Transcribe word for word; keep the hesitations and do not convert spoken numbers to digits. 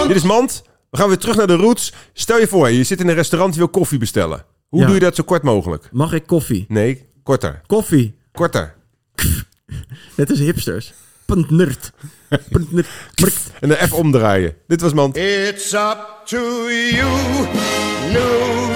Dit is Mand. We gaan weer terug naar de roots. Stel je voor, je zit in een restaurant, je wil koffie bestellen. Hoe Ja. doe je dat zo kort mogelijk? Mag ik koffie? Nee, korter. Koffie. Korter. Net als hipsters. Punt nerd. Punt nerd. Prkt. En dan even omdraaien. Dit was Mand. It's up to you, New